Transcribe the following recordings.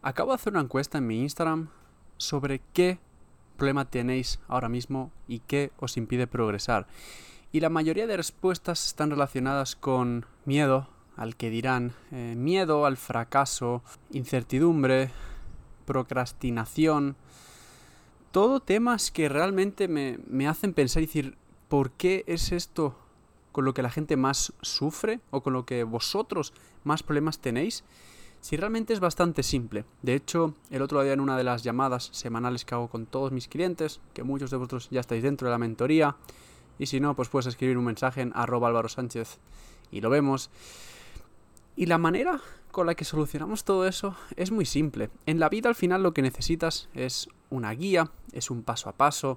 Acabo de hacer una encuesta en mi Instagram sobre qué problema tenéis ahora mismo y qué os impide progresar. Y la mayoría de respuestas están relacionadas con miedo al que dirán, miedo al fracaso, incertidumbre, procrastinación. Todo temas que realmente me hacen pensar y decir, ¿por qué es esto con lo que la gente más sufre o con lo que vosotros más problemas tenéis? Si realmente es bastante simple. De hecho, el otro día en una de las llamadas semanales que hago con todos mis clientes, que muchos de vosotros ya estáis dentro de la mentoría, y si no, pues puedes escribir un mensaje en @alvarosánchez y lo vemos. Y la manera con la que solucionamos todo eso es muy simple. En la vida al final lo que necesitas es una guía, es un paso a paso,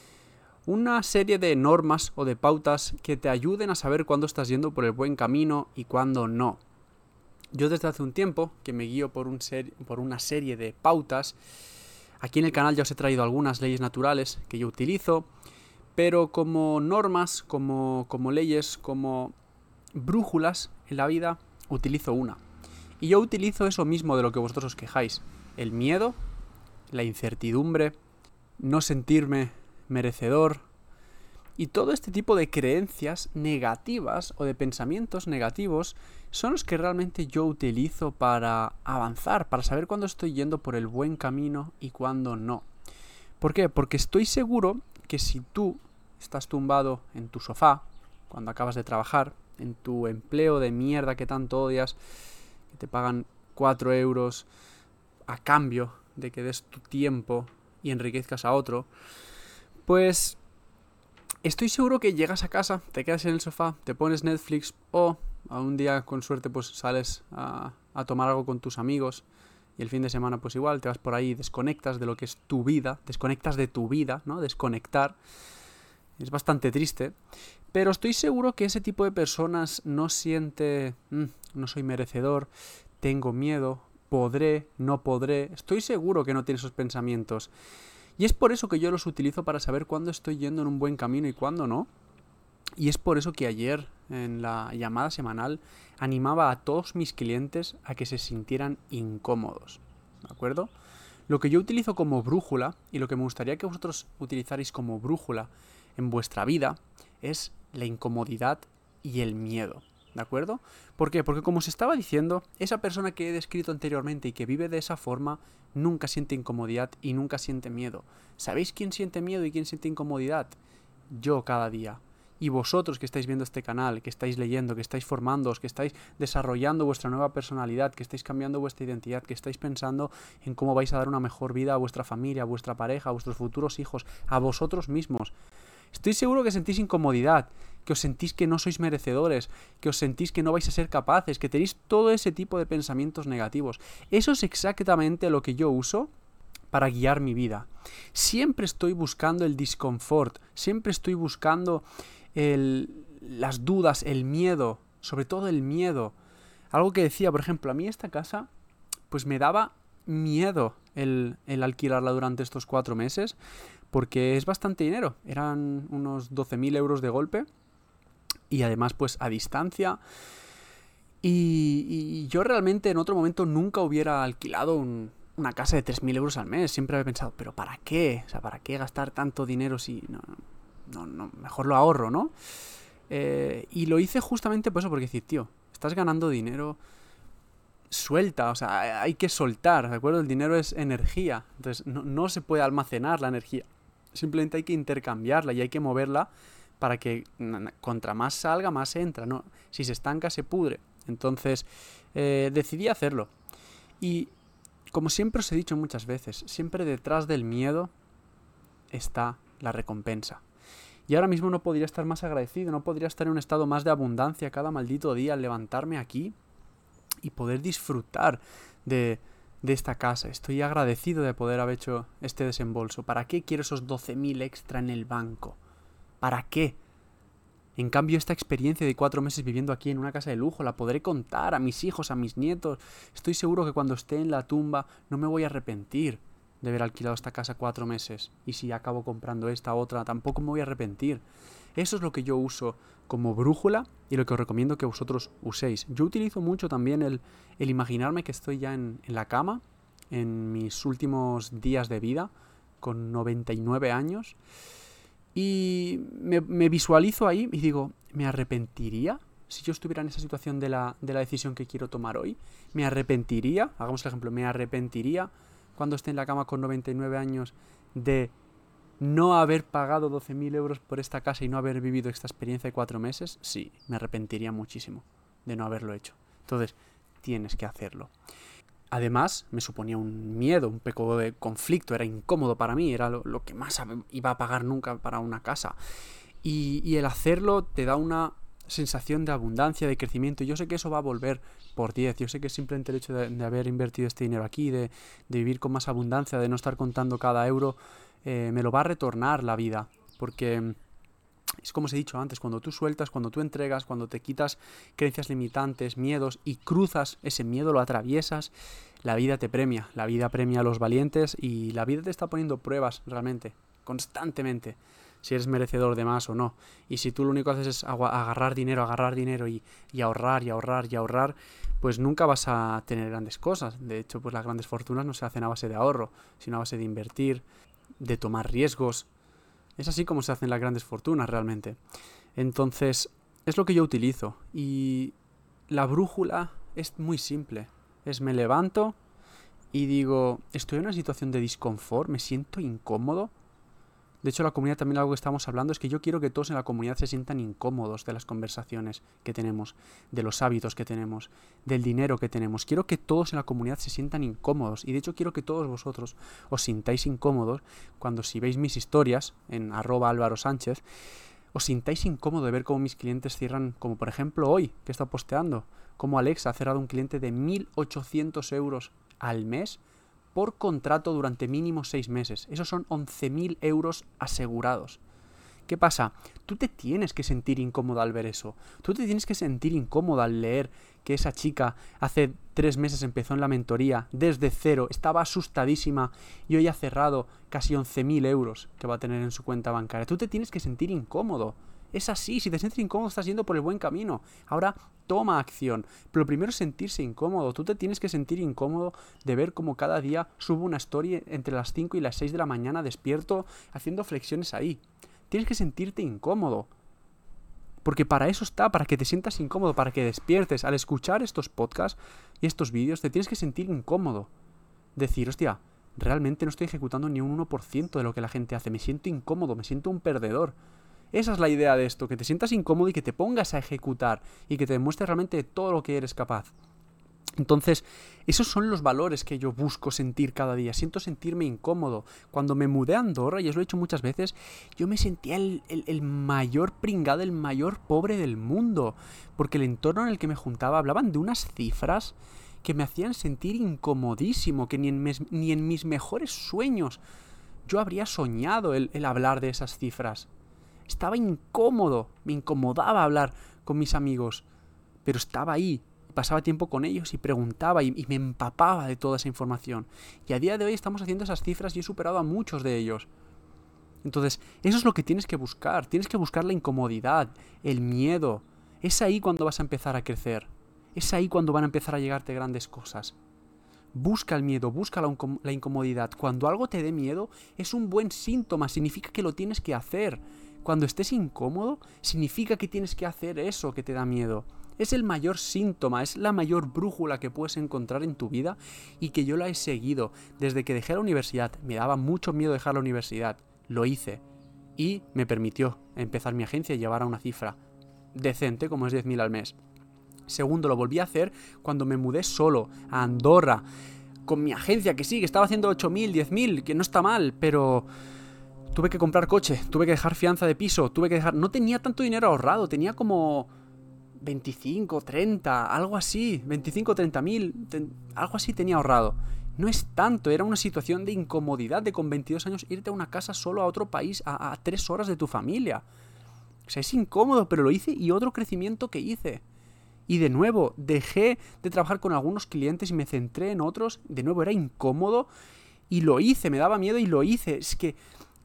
una serie de normas o de pautas que te ayuden a saber cuándo estás yendo por el buen camino y cuándo no. Yo desde hace un tiempo que me guío por una serie de pautas. Aquí en el canal ya os he traído algunas leyes naturales que yo utilizo, pero como normas, como leyes, como brújulas en la vida, utilizo una. Y yo utilizo eso mismo de lo que vosotros os quejáis. El miedo, la incertidumbre, no sentirme merecedor, y todo este tipo de creencias negativas o de pensamientos negativos son los que realmente yo utilizo para avanzar, para saber cuándo estoy yendo por el buen camino y cuándo no. ¿Por qué? Porque estoy seguro que si tú estás tumbado en tu sofá, cuando acabas de trabajar, en tu empleo de mierda que tanto odias, que te pagan 4 euros a cambio de que des tu tiempo y enriquezcas a otro, pues estoy seguro que llegas a casa, te quedas en el sofá, te pones Netflix o a un día con suerte pues sales a tomar algo con tus amigos y el fin de semana pues igual te vas por ahí, desconectas de lo que es tu vida, desconectas de tu vida, ¿no? Desconectar. Es bastante triste, pero estoy seguro que ese tipo de personas no siente, no soy merecedor, tengo miedo, podré, no podré. Estoy seguro que no tiene esos pensamientos. Y es por eso que yo los utilizo para saber cuándo estoy yendo en un buen camino y cuándo no. Y es por eso que ayer, en la llamada semanal, animaba a todos mis clientes a que se sintieran incómodos. ¿De acuerdo? Lo que yo utilizo como brújula, y lo que me gustaría que vosotros utilizarais como brújula en vuestra vida, es la incomodidad y el miedo. ¿De acuerdo? ¿Por qué? Porque como os estaba diciendo, esa persona que he descrito anteriormente y que vive de esa forma nunca siente incomodidad y nunca siente miedo. ¿Sabéis quién siente miedo y quién siente incomodidad? Yo cada día. Y vosotros que estáis viendo este canal, que estáis leyendo, que estáis formándoos, que estáis desarrollando vuestra nueva personalidad, que estáis cambiando vuestra identidad, que estáis pensando en cómo vais a dar una mejor vida a vuestra familia, a vuestra pareja, a vuestros futuros hijos, a vosotros mismos. Estoy seguro que sentís incomodidad, que os sentís que no sois merecedores, que os sentís que no vais a ser capaces, que tenéis todo ese tipo de pensamientos negativos. Eso es exactamente lo que yo uso para guiar mi vida. Siempre estoy buscando el disconfort, siempre estoy buscando las dudas, el miedo, sobre todo el miedo. Algo que decía, por ejemplo, a mí esta casa, pues me daba miedo el alquilarla durante estos 4 meses, porque es bastante dinero. Eran unos 12.000 euros de golpe, y además pues a distancia. Y yo realmente en otro momento nunca hubiera alquilado una casa de 3.000 euros al mes. Siempre había pensado, ¿pero para qué? O sea, ¿para qué gastar tanto dinero si no mejor lo ahorro, ¿no? Y lo hice justamente por eso, porque decir, tío, estás ganando dinero, suelta, o sea, hay que soltar, ¿de acuerdo? El dinero es energía, entonces no se puede almacenar la energía, simplemente hay que intercambiarla y hay que moverla para que contra más salga, más entra, ¿no? Si se estanca, se pudre. Entonces, decidí hacerlo. Y como siempre os he dicho muchas veces, siempre detrás del miedo está la recompensa. Y ahora mismo no podría estar más agradecido, no podría estar en un estado más de abundancia cada maldito día al levantarme aquí y poder disfrutar de esta casa. Estoy agradecido de poder haber hecho este desembolso. ¿Para qué quiero esos 12.000 extra en el banco? ¿Para qué? En cambio, esta experiencia de 4 meses viviendo aquí en una casa de lujo la podré contar a mis hijos, a mis nietos. Estoy seguro que cuando esté en la tumba no me voy a arrepentir de haber alquilado esta casa 4 meses. Y si acabo comprando esta otra, tampoco me voy a arrepentir. Eso es lo que yo uso como brújula y lo que os recomiendo que vosotros uséis. Yo utilizo mucho también el imaginarme que estoy ya en la cama en mis últimos días de vida, con 99 años, y me visualizo ahí y digo, ¿me arrepentiría? Si yo estuviera en esa situación de la decisión que quiero tomar hoy, ¿me arrepentiría? Hagamos el ejemplo, ¿me arrepentiría cuando esté en la cama con 99 años de no haber pagado 12.000 euros por esta casa y no haber vivido esta experiencia de 4 meses? Sí, me arrepentiría muchísimo de no haberlo hecho. Entonces, tienes que hacerlo. Además, me suponía un miedo, un poco de conflicto, era incómodo para mí, era lo que más iba a pagar nunca para una casa. Y el hacerlo te da una sensación de abundancia, de crecimiento. Yo sé que eso va a volver por 10. Yo sé que simplemente el hecho de haber invertido este dinero aquí, de vivir con más abundancia, de no estar contando cada euro, me lo va a retornar la vida. Porque es como os he dicho antes, cuando tú sueltas, cuando tú entregas, cuando te quitas creencias limitantes, miedos y cruzas ese miedo, lo atraviesas, la vida te premia. La vida premia a los valientes y la vida te está poniendo pruebas realmente, constantemente, si eres merecedor de más o no. Y si tú lo único que haces es agarrar dinero y ahorrar y ahorrar y ahorrar, pues nunca vas a tener grandes cosas. De hecho, pues las grandes fortunas no se hacen a base de ahorro, sino a base de invertir, de tomar riesgos. Es así como se hacen las grandes fortunas realmente. Entonces, es lo que yo utilizo. Y la brújula es muy simple. Me levanto y digo, estoy en una situación de disconfort, me siento incómodo. De hecho, la comunidad también, algo que estamos hablando es que yo quiero que todos en la comunidad se sientan incómodos de las conversaciones que tenemos, de los hábitos que tenemos, del dinero que tenemos. Quiero que todos en la comunidad se sientan incómodos. Y de hecho quiero que todos vosotros os sintáis incómodos cuando, si veis mis historias en @AlvaroSánchez, os sintáis incómodo de ver cómo mis clientes cierran, como por ejemplo hoy, que he estado posteando, como Alexa ha cerrado un cliente de 1.800 euros al mes por contrato durante mínimo 6 meses. Esos son 11.000 euros asegurados. ¿Qué pasa? Tú te tienes que sentir incómodo al ver eso. Tú te tienes que sentir incómodo al leer que esa chica hace 3 meses empezó en la mentoría desde cero, estaba asustadísima y hoy ha cerrado casi 11.000 euros que va a tener en su cuenta bancaria. Tú te tienes que sentir incómodo. Es así, si te sientes incómodo estás yendo por el buen camino. Ahora toma acción. Pero lo primero es sentirse incómodo. Tú te tienes que sentir incómodo de ver cómo cada día subo una story entre las 5 y las 6 de la mañana despierto haciendo flexiones ahí. Tienes que sentirte incómodo. Porque para eso está, para que te sientas incómodo, para que despiertes. Al escuchar estos podcasts y estos vídeos te tienes que sentir incómodo. Decir, hostia, realmente no estoy ejecutando ni un 1% de lo que la gente hace. Me siento incómodo, me siento un perdedor. Esa es la idea de esto, que te sientas incómodo y que te pongas a ejecutar y que te demuestres realmente todo lo que eres capaz. Entonces, esos son los valores que yo busco sentir cada día. Siento sentirme incómodo. Cuando me mudé a Andorra, y os lo he dicho muchas veces, yo me sentía el mayor pringado, el mayor pobre del mundo. Porque el entorno en el que me juntaba hablaban de unas cifras que me hacían sentir incomodísimo, que ni en mis mejores sueños yo habría soñado el hablar de esas cifras. Estaba incómodo, me incomodaba hablar con mis amigos, pero estaba ahí, pasaba tiempo con ellos y preguntaba y me empapaba de toda esa información. Y a día de hoy estamos haciendo esas cifras y he superado a muchos de ellos. Entonces, eso es lo que tienes que buscar la incomodidad, el miedo. Es ahí cuando vas a empezar a crecer, es ahí cuando van a empezar a llegarte grandes cosas. Busca el miedo, busca la incomodidad. Cuando algo te dé miedo, es un buen síntoma, significa que lo tienes que hacer. Cuando estés incómodo, significa que tienes que hacer eso que te da miedo. Es el mayor síntoma, es la mayor brújula que puedes encontrar en tu vida y que yo la he seguido desde que dejé la universidad. Me daba mucho miedo dejar la universidad, lo hice y me permitió empezar mi agencia y llevar a una cifra decente como es 10.000 al mes. Segundo, lo volví a hacer cuando me mudé solo a Andorra con mi agencia, que sí, que estaba haciendo 8.000, 10.000, que no está mal, pero tuve que comprar coche, tuve que dejar fianza de piso, no tenía tanto dinero ahorrado, tenía como 25, 30, algo así, 25, 30.000, algo así tenía ahorrado. No es tanto, era una situación de incomodidad de con 22 años irte a una casa solo a otro país a 3 horas de tu familia. O sea, es incómodo, pero lo hice y otro crecimiento que hice. Y de nuevo, dejé de trabajar con algunos clientes y me centré en otros. De nuevo, era incómodo y lo hice, me daba miedo y lo hice. Es que,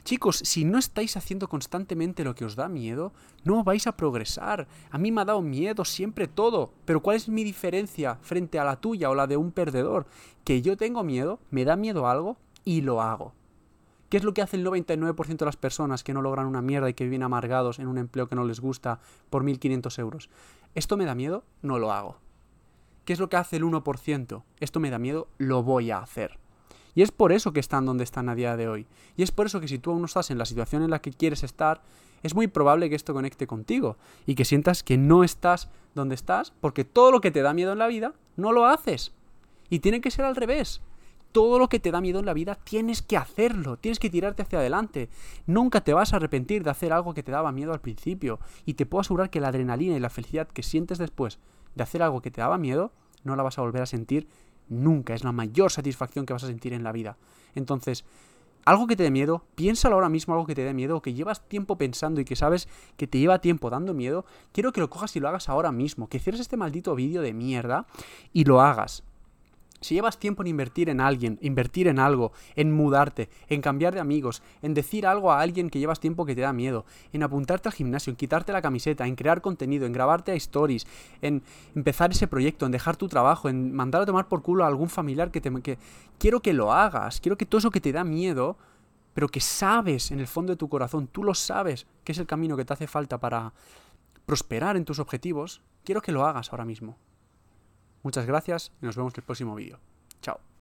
Chicos, si no estáis haciendo constantemente lo que os da miedo, no vais a progresar. A mí me ha dado miedo siempre todo, pero ¿cuál es mi diferencia frente a la tuya o la de un perdedor? Que yo tengo miedo, me da miedo algo y lo hago. ¿Qué es lo que hace el 99% de las personas que no logran una mierda y que viven amargados en un empleo que no les gusta por 1.500 euros? ¿Esto me da miedo? No lo hago. ¿Qué es lo que hace el 1%? Esto me da miedo, lo voy a hacer. Y es por eso que están donde están a día de hoy. Y es por eso que si tú aún no estás en la situación en la que quieres estar, es muy probable que esto conecte contigo y que sientas que no estás donde estás porque todo lo que te da miedo en la vida no lo haces. Y tiene que ser al revés. Todo lo que te da miedo en la vida tienes que hacerlo, tienes que tirarte hacia adelante. Nunca te vas a arrepentir de hacer algo que te daba miedo al principio. Y te puedo asegurar que la adrenalina y la felicidad que sientes después de hacer algo que te daba miedo, no la vas a volver a sentir nunca. Es la mayor satisfacción que vas a sentir en la vida. Entonces, algo que te dé miedo, piénsalo ahora mismo, algo que te dé miedo, o que llevas tiempo pensando y que sabes que te lleva tiempo dando miedo, quiero que lo cojas y lo hagas ahora mismo, que cierres este maldito vídeo de mierda y lo hagas. Si llevas tiempo en invertir en alguien, invertir en algo, en mudarte, en cambiar de amigos, en decir algo a alguien que llevas tiempo que te da miedo, en apuntarte al gimnasio, en quitarte la camiseta, en crear contenido, en grabarte a stories, en empezar ese proyecto, en dejar tu trabajo, en mandar a tomar por culo a algún familiar que quiero que lo hagas, quiero que todo eso que te da miedo, pero que sabes en el fondo de tu corazón, tú lo sabes, que es el camino que te hace falta para prosperar en tus objetivos, quiero que lo hagas ahora mismo. Muchas gracias y nos vemos en el próximo vídeo. Chao.